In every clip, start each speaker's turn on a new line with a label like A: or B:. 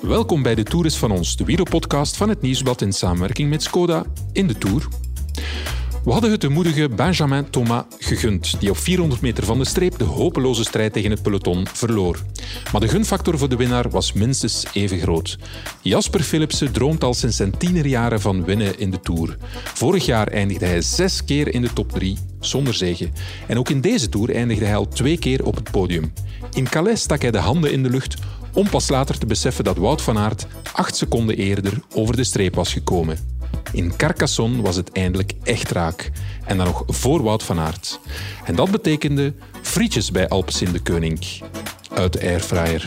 A: Welkom bij de Tour is van ons, de wielerpodcast van het Nieuwsblad in samenwerking met Skoda in de Tour. We hadden het de moedige Benjamin Thomas gegund, die op 400 meter van de streep de hopeloze strijd tegen het peloton verloor. Maar de gunfactor voor de winnaar was minstens even groot. Jasper Philipsen droomt al sinds zijn tienerjaren van winnen in de Tour. Vorig jaar eindigde hij 6 keer in de top 3, zonder zege. En ook in deze Tour eindigde hij al 2 keer op het podium. In Calais stak hij de handen in de lucht om pas later te beseffen dat Wout van Aert 8 seconden eerder over de streep was gekomen. In Carcassonne was het eindelijk echt raak. En dan nog voor Wout van Aert. En dat betekende frietjes bij Alpes in de Koning. Uit de airfryer.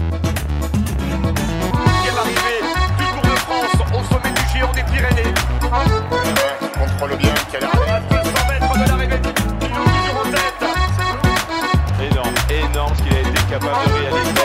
B: Énorme ce qu'il a été capable de réaliser.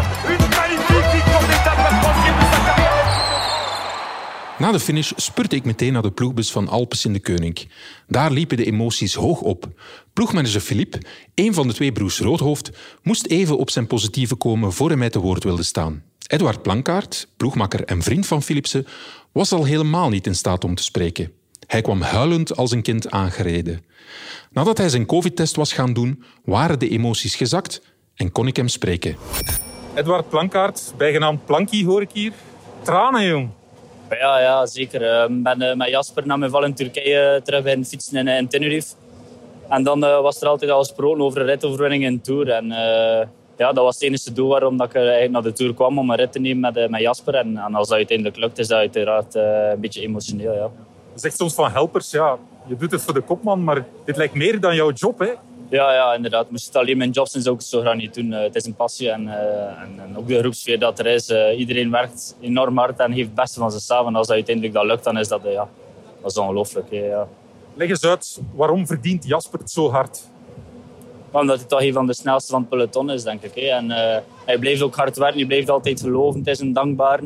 A: Na de finish spurte ik meteen naar de ploegbus van Alpes in de Koning. Daar liepen de emoties hoog op. Ploegmanager Philippe, een van de 2 broers Roodhoofd, moest even op zijn positieve komen voor hij mij te woord wilde staan. Edouard Plankaart, ploegmakker en vriend van Philipsen, was al helemaal niet in staat om te spreken. Hij kwam huilend als een kind aangereden. Nadat hij zijn covid-test was gaan doen, waren de emoties gezakt en kon ik hem spreken.
C: Edouard Plankaart, bijgenaamd Planky hoor ik hier. Tranen, jong.
D: Ja, zeker. Ik ben met Jasper na mijn val in Turkije terug bij fietsen in Tenerife. En dan was er altijd al gesproken over een ritoverwinning in de Tour. En dat was het enige doel waarom dat ik eigenlijk naar de Tour kwam, om een rit te nemen met Jasper. En als dat uiteindelijk lukt, is dat uiteraard een beetje emotioneel. Ja.
C: Je zegt soms van helpers, ja, je doet het voor de kopman, maar dit lijkt meer dan jouw job, hè?
D: Ja, inderdaad. Moest het alleen mijn job zijn, zou ik het zo graag niet doen. Het is een passie en ook de groepsfeer dat er is. Iedereen werkt enorm hard en geeft het beste van zichzelf. En als dat uiteindelijk dat lukt, dan is dat, dat is ongelooflijk. Ja.
C: Leg eens uit, waarom verdient Jasper het zo hard?
D: Omdat hij toch een van de snelste van het peloton is, denk ik. En hij blijft ook hard werken, hij blijft altijd geloven. Het is een dankbare,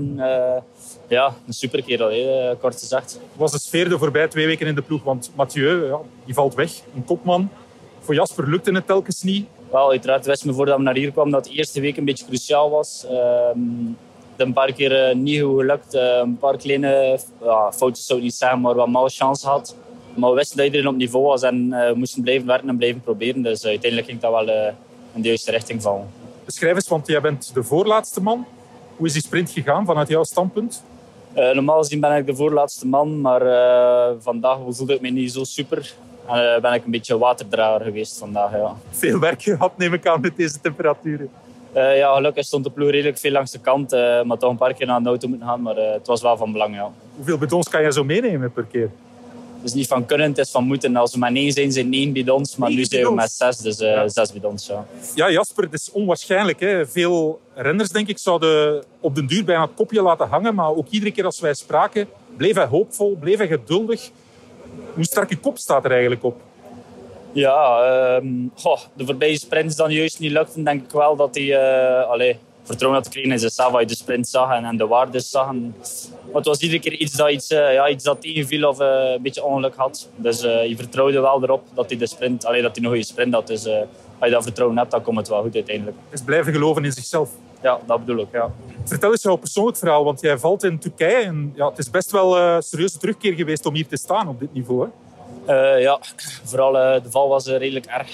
D: een superkerel, kort gezegd.
C: Hoe was de sfeer de voorbije 2 weken in de ploeg? Want Mathieu, die valt weg, een kopman. Voor Jasper lukte het telkens niet.
D: Wel, uiteraard wist me voordat we naar hier kwamen dat de eerste week een beetje cruciaal was. Het een paar keer niet goed gelukt. Een paar kleine foutjes zou ik niet zeggen, maar wat malchance had. Maar we wisten dat iedereen op niveau was en we moesten blijven werken en blijven proberen. Dus uiteindelijk ging dat wel in de juiste richting vallen.
C: Beschrijf eens, want jij bent de voorlaatste man. Hoe is die sprint gegaan vanuit jouw standpunt?
D: Normaal gezien ben ik de voorlaatste man, maar vandaag voelde ik me niet zo super. En ben ik een beetje waterdrager geweest vandaag. Ja.
C: Veel werk gehad, neem ik aan, met deze temperaturen.
D: Gelukkig stond de ploeg redelijk veel langs de kant. Maar toch een paar keer naar de auto moeten gaan. Maar het was wel van belang, ja.
C: Hoeveel bidons kan je zo meenemen per keer?
D: Het is niet van kunnen, het is van moeten. Als we met 9 zijn, zijn 9 bidons. Maar nu zijn we met 6, dus 6 bidons. Ja.
C: Ja, Jasper, het is onwaarschijnlijk. Hè? Veel renners, denk ik, zouden op den duur bijna het kopje laten hangen. Maar ook iedere keer als wij spraken, bleef hij hoopvol, bleef hij geduldig. Hoe strak je kop staat er eigenlijk op?
D: Ja, de voorbije sprints dan juist niet lukten, denk ik wel dat hij vertrouwen had gekregen in zichzelf. Als je de sprint zag en de waardes zag. Maar het was iedere keer iets dat tegenviel of een beetje ongeluk had. Dus je vertrouwde wel erop dat hij de sprint, dat hij nog een goede sprint had. Dus als je dat vertrouwen hebt, dan komt het wel goed uiteindelijk.
C: Is blijven geloven in zichzelf.
D: Ja, dat bedoel ik, ja.
C: Vertel eens jouw persoonlijk verhaal, want jij valt in Turkije. En het is best wel een serieuze terugkeer geweest om hier te staan op dit niveau. Hè?
D: Vooral de val was redelijk erg.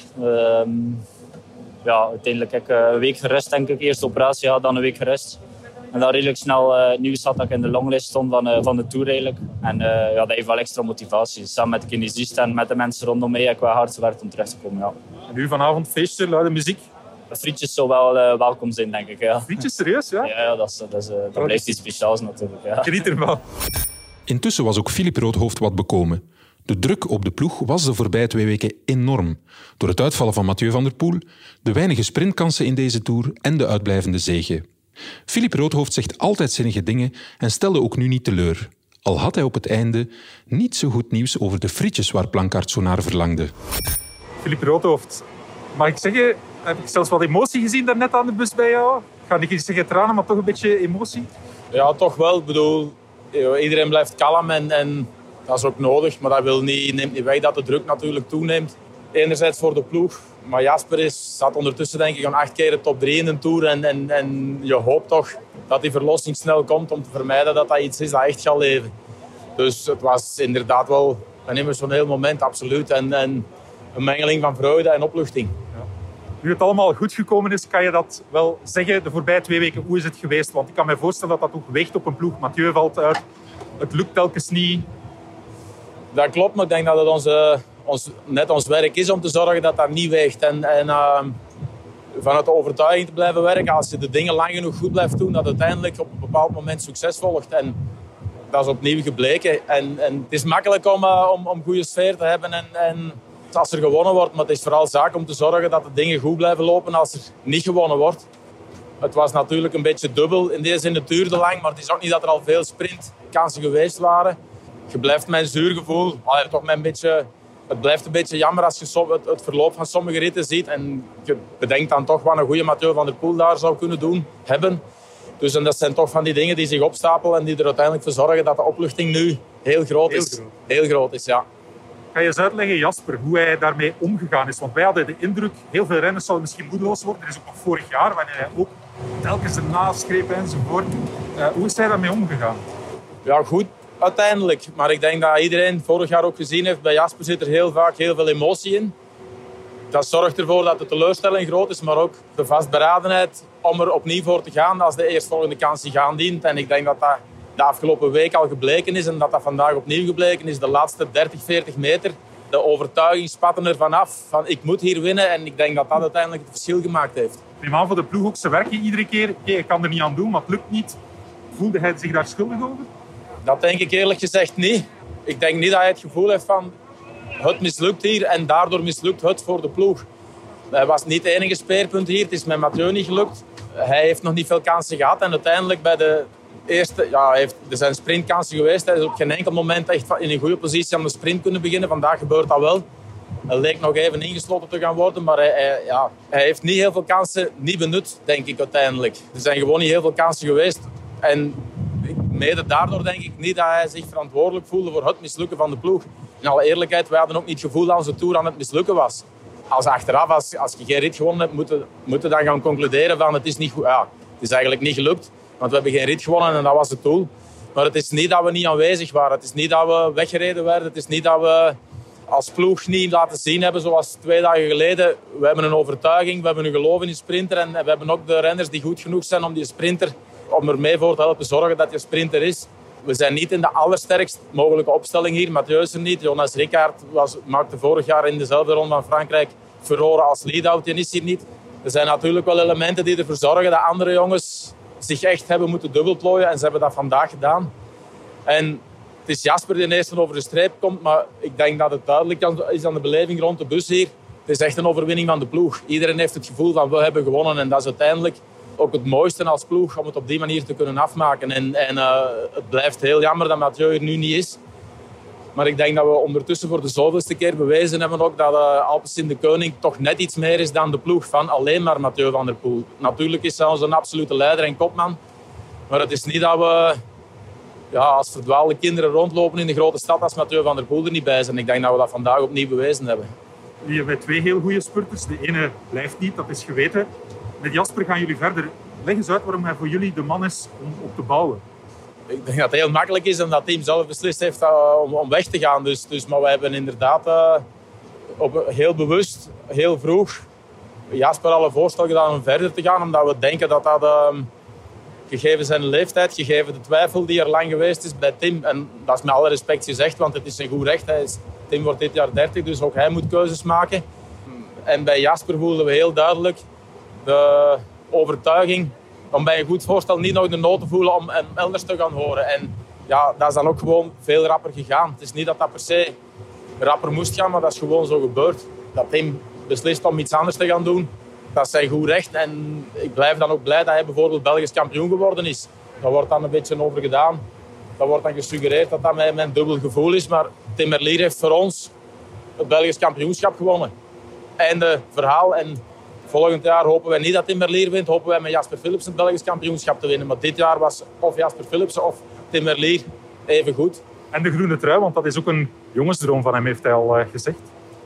D: Uiteindelijk heb ik een week gerust, denk ik. Eerst operatie gehad, dan een week gerust. En dan redelijk snel nieuws had dat ik in de longlist stond van de Tour eigenlijk. En dat heeft wel extra motivatie. Samen met de kinesist en met de mensen rondom mij heb ik wel hard gewerkt om terug te komen. Ja.
C: En nu vanavond feestje, luide muziek?
D: Frietjes zou wel welkom zijn, denk ik. Ja.
C: Frietjes, serieus? Ja,
D: ja dat blijft iets speciaals natuurlijk. Ja.
C: Geniet ervan.
A: Intussen was ook Philippe Roodhoofd wat bekomen. De druk op de ploeg was de voorbije 2 weken enorm. Door het uitvallen van Mathieu van der Poel, de weinige sprintkansen in deze Tour en de uitblijvende zege. Philippe Roodhoofd zegt altijd zinnige dingen en stelde ook nu niet teleur. Al had hij op het einde niet zo goed nieuws over de frietjes waar Plankaart zo naar verlangde.
C: Philippe Roodhoofd, mag ik zeggen, heb ik zelfs wat emotie gezien daarnet aan de bus bij jou? Ik ga niet zeggen tranen, maar toch een beetje emotie?
E: Ja, toch wel. Ik bedoel, iedereen blijft kalm en dat is ook nodig. Maar dat neemt niet weg dat de druk natuurlijk toeneemt. Enerzijds voor de ploeg. Maar Jasper zat ondertussen denk ik aan 8 keer de top 3 in de Tour. En je hoopt toch dat die verlossing snel komt om te vermijden dat dat iets is dat echt gaat leven. Dus het was inderdaad wel een emotioneel moment, absoluut. En een mengeling van vreugde en opluchting.
C: Ja. Nu het allemaal goed gekomen is, kan je dat wel zeggen de voorbije 2 weken? Hoe is het geweest? Want ik kan me voorstellen dat dat ook weegt op een ploeg. Mathieu valt uit. Het lukt telkens niet.
E: Dat klopt, maar ik denk dat het net ons werk is om te zorgen dat dat niet weegt. En vanuit de overtuiging te blijven werken. Als je de dingen lang genoeg goed blijft doen, dat uiteindelijk op een bepaald moment succes volgt. En dat is opnieuw gebleken. En het is makkelijk om goede sfeer te hebben en als er gewonnen wordt. Maar het is vooral zaak om te zorgen dat de dingen goed blijven lopen als er niet gewonnen wordt. Het was natuurlijk een beetje dubbel. In deze zin, het duurde lang. Maar het is ook niet dat er al veel sprintkansen geweest waren. Je blijft met een zuur gevoel. Toch met een beetje, het blijft een beetje jammer als je het verloop van sommige ritten ziet. En je bedenkt dan toch wat een goede Mathieu van der Poel daar zou kunnen hebben. Dus en dat zijn toch van die dingen die zich opstapelen en die er uiteindelijk voor zorgen dat de opluchting nu heel groot is. Heel groot is, ja.
C: Kan je eens uitleggen, Jasper, hoe hij daarmee omgegaan is? Want wij hadden de indruk, heel veel renners zouden misschien moedeloos worden. Er is ook nog vorig jaar, wanneer hij ook telkens ernaast greep enzovoort. Hoe is hij daarmee omgegaan?
E: Ja, goed, uiteindelijk. Maar ik denk dat iedereen vorig jaar ook gezien heeft, bij Jasper zit er heel vaak heel veel emotie in. Dat zorgt ervoor dat de teleurstelling groot is, maar ook de vastberadenheid om er opnieuw voor te gaan als de eerstvolgende kans zich aandient. En ik denk dat dat de afgelopen week al gebleken is en dat dat vandaag opnieuw gebleken is. De laatste 30, 40 meter, de overtuiging spatte er vanaf van ik moet hier winnen. En ik denk dat dat uiteindelijk het verschil gemaakt heeft.
C: Neem aan voor de ploeg ook, ze werken iedere keer. Ik kan er niet aan doen, maar het lukt niet. Voelde hij zich daar schuldig over?
E: Dat denk ik eerlijk gezegd niet. Ik denk niet dat hij het gevoel heeft van het mislukt hier en daardoor mislukt het voor de ploeg. Hij was niet het enige speerpunt hier. Het is met Mathieu niet gelukt. Hij heeft nog niet veel kansen gehad. En uiteindelijk bij de eerste... Ja, er zijn sprintkansen geweest. Hij is op geen enkel moment echt in een goede positie aan de sprint kunnen beginnen. Vandaag gebeurt dat wel. Hij leek nog even ingesloten te gaan worden. Maar hij heeft niet heel veel kansen niet benut, denk ik uiteindelijk. Er zijn gewoon niet heel veel kansen geweest. En mede daardoor denk ik niet dat hij zich verantwoordelijk voelde voor het mislukken van de ploeg. In alle eerlijkheid, wij hadden ook niet het gevoel dat onze Tour aan het mislukken was. Als je geen rit gewonnen hebt, moeten dan gaan concluderen van het is niet goed. Ja, het is eigenlijk niet gelukt, want we hebben geen rit gewonnen en dat was het doel. Maar het is niet dat we niet aanwezig waren. Het is niet dat we weggereden werden. Het is niet dat we als ploeg niet laten zien hebben zoals 2 dagen geleden. We hebben een overtuiging, we hebben een geloof in die sprinter en we hebben ook de renners die goed genoeg zijn om die sprinter, om er mee voor te helpen zorgen dat je sprinter is. We zijn niet in de allersterkst mogelijke opstelling hier. Mathieu is er niet. Jonas Rickaert maakte vorig jaar in dezelfde ronde van Frankrijk verloren als lead-out. Die is hier niet. Er zijn natuurlijk wel elementen die ervoor zorgen dat andere jongens zich echt hebben moeten dubbelplooien. En ze hebben dat vandaag gedaan. En het is Jasper die eerst over de streep komt. Maar ik denk dat het duidelijk is aan de beleving rond de bus hier. Het is echt een overwinning van de ploeg. Iedereen heeft het gevoel van we hebben gewonnen. En dat is uiteindelijk ook het mooiste als ploeg om het op die manier te kunnen afmaken. En het blijft heel jammer dat Mathieu er nu niet is. Maar ik denk dat we ondertussen voor de zoveelste keer bewezen hebben ook dat Alpecin de Koning toch net iets meer is dan de ploeg van alleen maar Mathieu van der Poel. Natuurlijk is hij onze absolute leider en kopman. Maar het is niet dat we als verdwaalde kinderen rondlopen in de grote stad als Mathieu van der Poel er niet bij zijn. Ik denk dat we dat vandaag opnieuw bewezen hebben.
C: Jullie hebben 2 heel goede spurters. De ene blijft niet, dat is geweten. Met Jasper gaan jullie verder. Leg eens uit waarom hij voor jullie de man is om op te bouwen.
E: Ik denk dat het heel makkelijk is en dat het team zelf beslist heeft om weg te gaan. Maar wij hebben inderdaad heel bewust, heel vroeg, Jasper al een voorstel gedaan om verder te gaan. Omdat we denken dat dat, gegeven zijn leeftijd, gegeven de twijfel die er lang geweest is bij Tim. En dat is met alle respect gezegd, want het is zijn goed recht. Tim wordt dit jaar 30, dus ook hij moet keuzes maken. En bij Jasper voelden we heel duidelijk de overtuiging om bij een goed voorstel niet nog de nood te voelen om hem elders te gaan horen. En ja, dat is dan ook gewoon veel rapper gegaan. Het is niet dat dat per se rapper moest gaan, maar dat is gewoon zo gebeurd. Dat Tim beslist om iets anders te gaan doen, dat is zijn goed recht. En ik blijf dan ook blij dat hij bijvoorbeeld Belgisch kampioen geworden is. Daar wordt dan een beetje over gedaan. Daar wordt dan gesuggereerd dat dat mijn dubbel gevoel is. Maar Tim Merlier heeft voor ons het Belgisch kampioenschap gewonnen. Einde verhaal. En volgend jaar hopen wij niet dat Tim Merlier wint. Hopen wij met Jasper Philipsen het Belgisch kampioenschap te winnen. Maar dit jaar was of Jasper Philipsen of Tim Merlier even goed.
C: En de groene trui, want dat is ook een jongensdroom van hem, heeft hij al gezegd.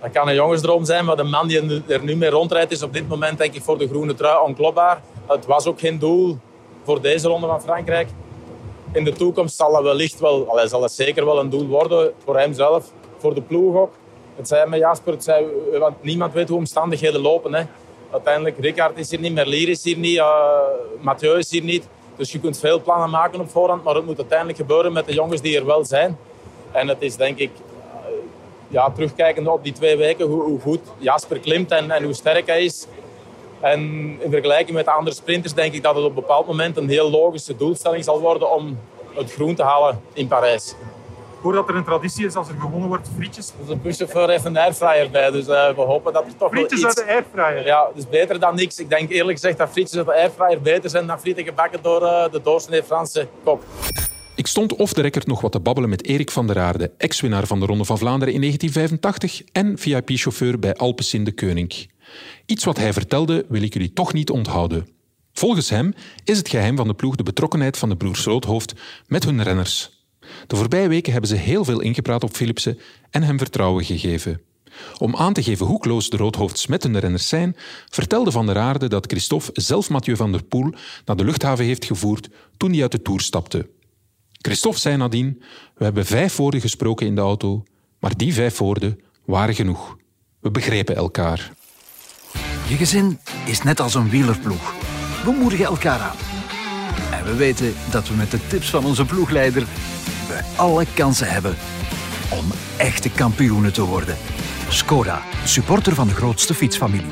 E: Dat kan een jongensdroom zijn, maar de man die er nu mee rondrijdt is op dit moment denk ik voor de groene trui onklopbaar. Het was ook geen doel voor deze ronde van Frankrijk. In de toekomst zal het zeker wel een doel worden voor hemzelf, voor de ploeg ook. Het zei met Jasper, want niemand weet hoe omstandigheden lopen. Hè. Uiteindelijk, Rickaard is hier niet, Merlier is hier niet, Mathieu is hier niet. Dus je kunt veel plannen maken op voorhand, maar het moet uiteindelijk gebeuren met de jongens die er wel zijn. En het is denk ik, terugkijkend op die 2 weken, hoe goed Jasper klimt en hoe sterk hij is. En in vergelijking met de andere sprinters denk ik dat het op een bepaald moment een heel logische doelstelling zal worden om het groen te halen in Parijs.
C: Voordat er een traditie is als er gewonnen wordt, frietjes.
E: Dus de buschauffeur heeft een airfryer bij, dus we hopen dat er toch
C: frietjes
E: wel iets...
C: uit de airfryer?
E: Ja, dus beter dan niks. Ik denk eerlijk gezegd dat frietjes uit de airfryer beter zijn dan frieten gebakken door de doorsnee Franse kok.
A: Ik stond off the record nog wat te babbelen met Erik van der Aarde, ex-winnaar van de Ronde van Vlaanderen in 1985 en VIP-chauffeur bij Alpecin de Koning. Iets wat hij vertelde wil ik jullie toch niet onthouden. Volgens hem is het geheim van de ploeg de betrokkenheid van de broers Roodhoofd met hun renners. De voorbije weken hebben ze heel veel ingepraat op Philipsen en hem vertrouwen gegeven. Om aan te geven hoe close de Roodhoofds met hun renners zijn, vertelde Van der Aarde dat Christophe zelf Mathieu van der Poel naar de luchthaven heeft gevoerd toen hij uit de Tour stapte. Christophe zei nadien: we hebben 5 woorden gesproken in de auto, maar die 5 woorden waren genoeg. We begrepen elkaar.
F: Je gezin is net als een wielerploeg. We moedigen elkaar aan. En we weten dat we met de tips van onze ploegleider alle kansen hebben om echte kampioenen te worden. Skoda, supporter van de grootste fietsfamilie.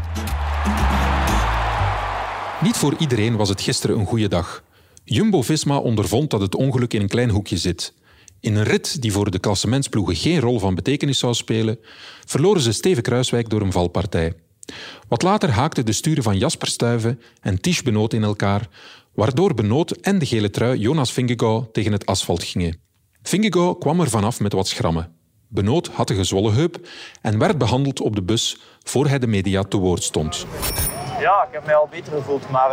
A: Niet voor iedereen was het gisteren een goede dag. Jumbo-Visma ondervond dat het ongeluk in een klein hoekje zit. In een rit die voor de klassementsploegen geen rol van betekenis zou spelen, verloren ze Steven Kruijswijk door een valpartij. Wat later haakten de sturen van Jasper Stuyven en Tish Benoot in elkaar, waardoor Benoot en de gele trui Jonas Vingegaard tegen het asfalt gingen. Vingegaard kwam er vanaf met wat schrammen. Benoot had een gezwollen heup en werd behandeld op de bus voor hij de media te woord stond.
D: Ja, ik heb mij al beter gevoeld, maar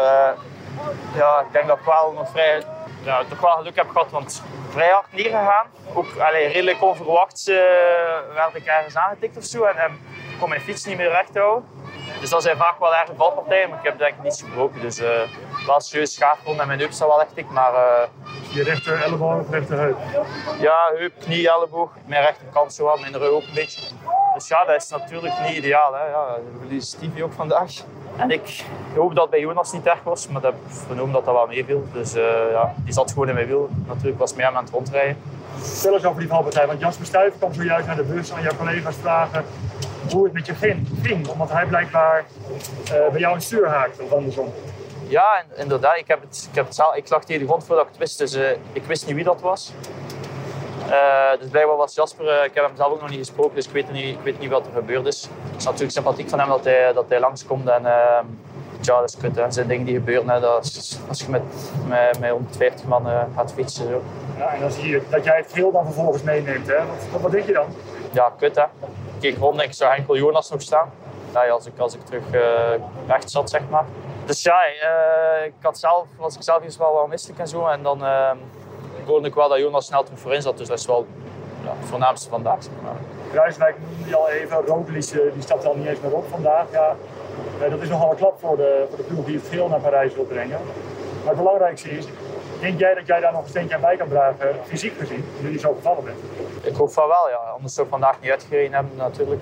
D: ik denk dat ik wel nog toch wel geluk heb gehad, want vrij hard neergegaan. Ook redelijk onverwachts werd ik ergens aangetikt of zo en kon mijn fiets niet meer recht houden. Dus dat zijn vaak wel erg valpartijen, maar ik heb denk ik niets gebroken. Dus wel serieus schaafwond en mijn heup staat wel echt dik, maar...
G: Je rechter elleboog of rechter heup?
D: Ja, heup, knie, elleboog. Mijn rechterkant zo wel, mijn rug ook een beetje. Dus ja, dat is natuurlijk niet ideaal. Hè. Ja, we verliezen Stevie ook vandaag. En ik hoop dat het bij Jonas niet erg was, maar dat heb vernomen dat dat wel meeviel. Dus die zat gewoon in mijn wiel. Natuurlijk was mij aan het rondrijden.
G: Stel eens over die valpartij, want Jasper Stuyven kwam zojuist naar de bus aan jouw collega's vragen hoe het met je ging. Omdat hij blijkbaar bij jou een stuur haakte of andersom.
D: Ja, inderdaad. Ik lag tegen de grond voordat ik het wist, dus ik wist niet wie dat was. Dus blijkbaar was Jasper, ik heb hem zelf ook nog niet gesproken, dus ik weet niet wat er gebeurd is. Het is natuurlijk sympathiek van hem dat hij langskomt en dat is kut. Er zijn dingen die gebeuren hè, als je met 150 man gaat fietsen. Zo.
G: Ja, en dan zie je dat jij het geel dan vervolgens meeneemt. Hè? Wat denk je dan?
D: Ja, kut hè. Ik keek rond en ik zag enkel Jonas nog staan. Ja, als ik terug recht zat, zeg maar. Dus ja, was ik zelf eens wel misselijk en zo. En dan hoorde ik wel dat Jonas snel terug voorin zat. Dus dat is wel het voornaamste vandaag. Zeg maar.
G: Kruijswijk noemde je al even. Roglič die stapt al niet eens meer op vandaag. Ja, dat is nogal een klap voor de ploeg die het geel naar Parijs wil brengen. Maar het belangrijkste is, denk jij dat jij daar nog een steentje aan bij kan dragen, fysiek gezien, nu je zo gevallen bent?
D: Ik hoop van wel, ja. Anders zou ik vandaag niet uitgereden hebben natuurlijk.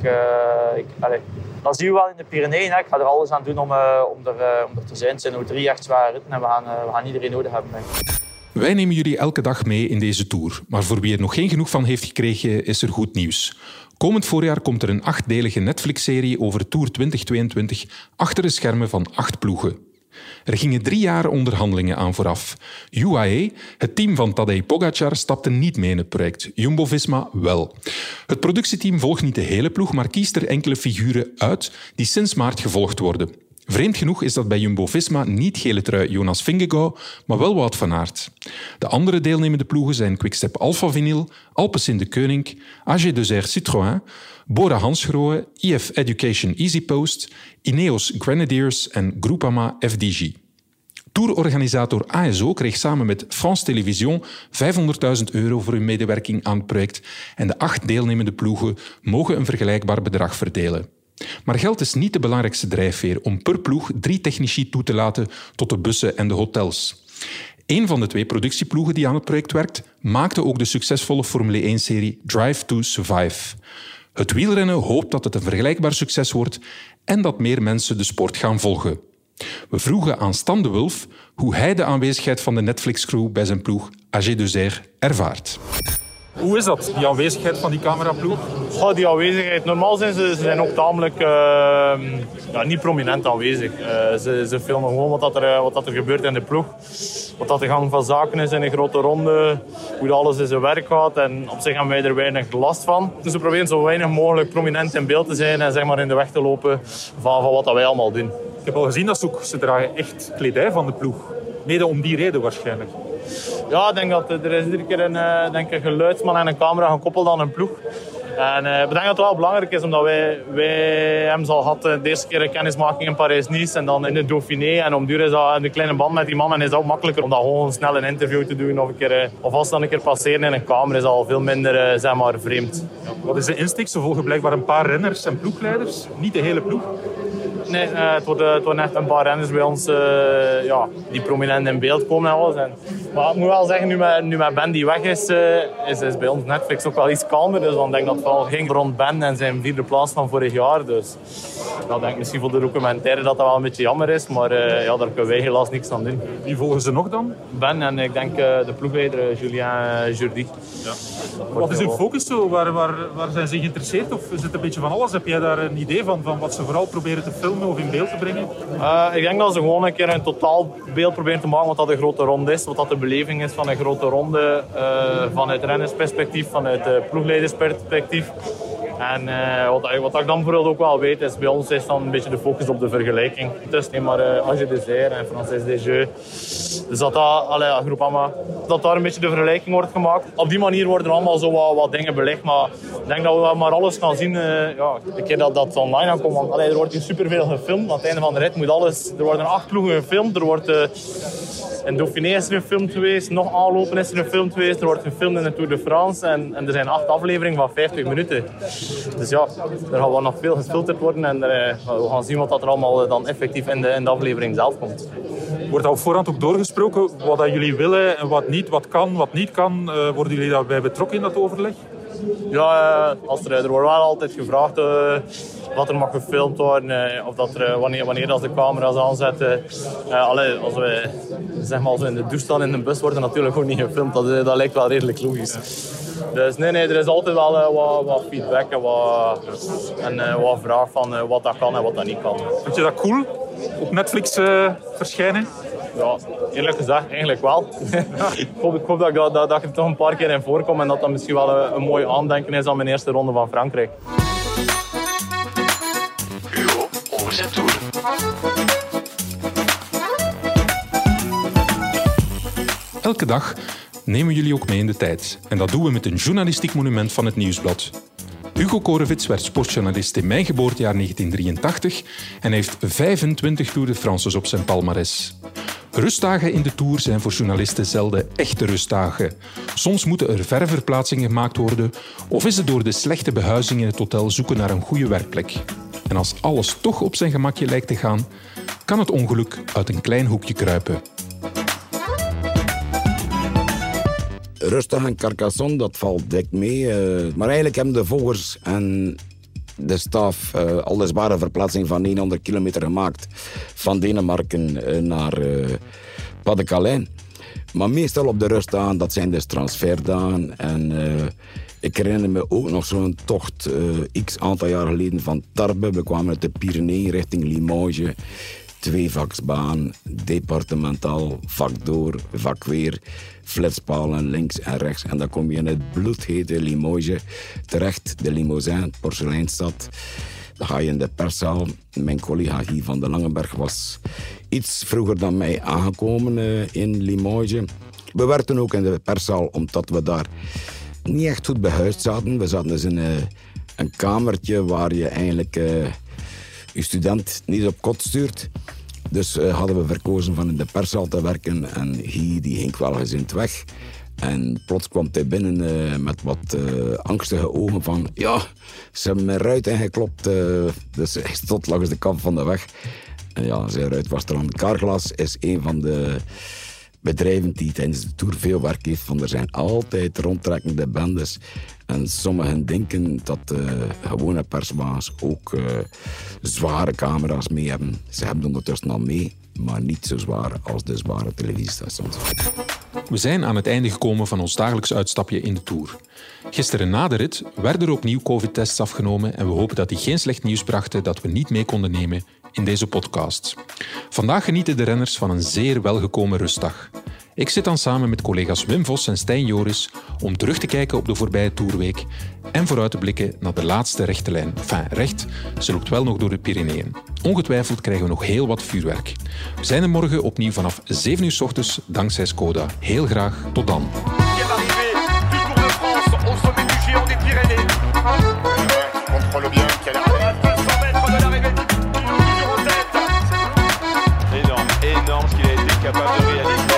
D: Dat zien we wel in de Pyreneeën. Hè. Ik ga er alles aan doen om er te zijn. Het zijn nog 3 echt zware ritten en we gaan iedereen nodig hebben, denk ik.
A: Wij nemen jullie elke dag mee in deze Tour. Maar voor wie er nog geen genoeg van heeft gekregen, is er goed nieuws. Komend voorjaar komt er een 8-delige Netflix-serie over Tour 2022 achter de schermen van 8 ploegen. Er gingen 3 jaar onderhandelingen aan vooraf. UAE, het team van Tadej Pogacar, stapte niet mee in het project. Jumbo-Visma wel. Het productieteam volgt niet de hele ploeg, maar kiest er enkele figuren uit die sinds maart gevolgd worden. Vreemd genoeg is dat bij Jumbo-Visma niet gele trui Jonas Vingegaard, maar wel Wout van Aert. De andere deelnemende ploegen zijn Quickstep Alpha Vinyl, Alpecin de Koning, AG2R Citroën, Bora Hansgrohe, IF Education EasyPost, Ineos Grenadiers en Groupama FDG. Tourorganisator ASO kreeg samen met France Télévisions €500.000 voor hun medewerking aan het project en de 8 deelnemende ploegen mogen een vergelijkbaar bedrag verdelen. Maar geld is niet de belangrijkste drijfveer om per ploeg 3 technici toe te laten tot de bussen en de hotels. Een van de 2 productieploegen die aan het project werkt, maakte ook de succesvolle Formule 1-serie Drive to Survive. Het wielrennen hoopt dat het een vergelijkbaar succes wordt en dat meer mensen de sport gaan volgen. We vroegen aan Stan de Wulf hoe hij de aanwezigheid van de Netflix-crew bij zijn ploeg AG2R ervaart.
C: Hoe is dat, die aanwezigheid van die cameraploeg?
H: Die aanwezigheid. Normaal zijn ze zijn ook tamelijk niet prominent aanwezig. Ze filmen gewoon wat er gebeurt in de ploeg. Wat dat de gang van zaken is in een grote ronde. Hoe alles in zijn werk gaat. En op zich hebben wij er weinig last van. Dus ze proberen zo weinig mogelijk prominent in beeld te zijn. En zeg maar in de weg te lopen van wat dat wij allemaal doen.
C: Ik heb al gezien dat ze dragen echt kledij van de ploeg. Mede om die reden waarschijnlijk.
H: Ja, ik denk dat er is iedere keer een geluidsman en een camera gekoppeld aan een ploeg. En ik denk dat het wel belangrijk is, omdat wij hebben al gehad de eerste keer een kennismaking in Parijs-Nice en dan in de Dauphiné. En om duur is dat een kleine band met die man en is dat ook makkelijker om dat gewoon snel een interview te doen. Of als ze dan een keer passeren in een kamer, is dat al veel minder vreemd.
C: Ja. Wat is de insteek? Ze volgen blijkbaar een paar renners en ploegleiders, niet de hele ploeg.
H: Nee, het wordt echt een paar renners bij ons die prominent in beeld komen en alles. Maar ik moet wel zeggen, nu met Ben die weg is bij ons Netflix ook wel iets kalmer. Dus dan denk ik dat het vooral ging rond Ben en zijn 4e plaats van vorig jaar. Dus dan denk ik misschien voor de documentaire dat wel een beetje jammer is. Maar daar kunnen wij helaas niks aan doen.
C: Wie volgen ze nog dan?
H: Ben en ik denk de ploegleider Julien Jourdi.
C: Ja. Wat is hun focus zo? Waar zijn ze geïnteresseerd? Of is het een beetje van alles? Heb jij daar een idee van wat ze vooral proberen te filmen of in beeld te brengen?
H: Ik denk dat ze gewoon een keer een totaal beeld proberen te maken wat dat een grote ronde is. Wat dat de beleving is van een grote ronde. Vanuit rennersperspectief, vanuit ploegleidersperspectief. En wat ik dan bijvoorbeeld ook wel weet, is bij ons is dan een beetje de focus op de vergelijking. Tussen maar AG2R en Française des Jeux. Dus dat daar een beetje de vergelijking wordt gemaakt. Op die manier worden er allemaal zo wat dingen belicht. Maar ik denk dat we maar alles gaan zien de keer dat online aankomt. Want er wordt hier superveel gefilmd. Aan het einde van de rit moet alles... Er worden 8 ploegen gefilmd. Er wordt... In Dauphiné is er een film geweest, nog aanlopen is er een film geweest, er wordt gefilmd in de Tour de France en er zijn 8 afleveringen van 50 minuten. Dus ja, er gaat wel nog veel gefilterd worden en we gaan zien wat er allemaal dan effectief in de aflevering zelf komt.
C: Wordt dat op voorhand ook doorgesproken, wat dat jullie willen en wat niet, wat kan, wat niet kan? Worden jullie daarbij betrokken in dat overleg?
H: Ja, er wordt wel altijd gevraagd wat er mag gefilmd worden, of dat er, wanneer als de camera's aanzetten. Als we zeg maar, als we in de douche staan in de bus worden natuurlijk ook niet gefilmd, dat lijkt wel redelijk logisch. Dus nee, er is altijd wel wat feedback en wat vraag van wat dat kan en wat dat niet kan.
C: Vind je dat cool? Op Netflix verschijnen?
H: Ja, eerlijk gezegd eigenlijk wel. Ik hoop dat ik er toch een paar keer in voorkom en dat dat misschien wel een mooi aandenken is aan mijn eerste ronde van Frankrijk.
F: Hugo over zijn toer.
A: Elke dag nemen jullie ook mee in de tijd. En dat doen we met een journalistiek monument van het Nieuwsblad. Hugo Koreviets werd sportjournalist in mijn geboortejaar 1983 en heeft 25 Tour de France's op zijn palmares. Rustdagen in de Tour zijn voor journalisten zelden echte rustdagen. Soms moeten er verre verplaatsingen gemaakt worden of is het door de slechte behuizing in het hotel zoeken naar een goede werkplek. En als alles toch op zijn gemakje lijkt te gaan, kan het ongeluk uit een klein hoekje kruipen.
I: Rustig in Carcassonne, dat valt dik mee. Maar eigenlijk hebben de volgers en de staf al de zware verplaatsing van 900 kilometer gemaakt. Van Denemarken naar Pas-de-Calais. Maar meestal op de rustdagen, dat zijn dus transferdagen. En ik herinner me ook nog zo'n tocht x aantal jaar geleden van Tarbes. We kwamen uit de Pyreneeën richting Limoges. 2-vaksbaan, departementaal, vak door, vak weer, flitspalen links en rechts. En dan kom je in het bloedhete Limoges terecht, de Limousin, porseleinstad. Dan ga je in de perszaal. Mijn collega Guy van de Langenberg was iets vroeger dan mij aangekomen in Limoges. We werkten ook in de perszaal omdat we daar niet echt goed behuisd zaten. We zaten dus in een kamertje waar je eigenlijk je student niet op kot stuurt. Dus hadden we verkozen van in de perszaal te werken. En Guy die ging wel gezind weg. En plots kwam hij binnen met wat angstige ogen van... Ja, ze hebben mijn ruit ingeklopt. Dus hij stond langs de kant van de weg. En ja, zijn ruit was er aan. Carglass is een van de bedrijven die tijdens de Tour veel werk heeft. Van er zijn altijd rondtrekkende bendes. En sommigen denken dat gewone perswagens ook zware camera's mee hebben. Ze hebben ondertussen al mee, maar niet zo zwaar als de zware televisiestations.
A: We zijn aan het einde gekomen van ons dagelijks uitstapje in de Tour. Gisteren na de rit werden er opnieuw COVID-tests afgenomen en we hopen dat die geen slecht nieuws brachten dat we niet mee konden nemen in deze podcast. Vandaag genieten de renners van een zeer welgekomen rustdag. Ik zit dan samen met collega's Wim Vos en Stijn Joris om terug te kijken op de voorbije Tourweek en vooruit te blikken naar de laatste rechte lijn. Enfin, recht, ze loopt wel nog door de Pyreneeën. Ongetwijfeld krijgen we nog heel wat vuurwerk. We zijn er morgen opnieuw vanaf 7 uur 's ochtends dankzij Skoda. Heel graag, tot dan.
B: Énorme ce qu'il a été capable de réaliser.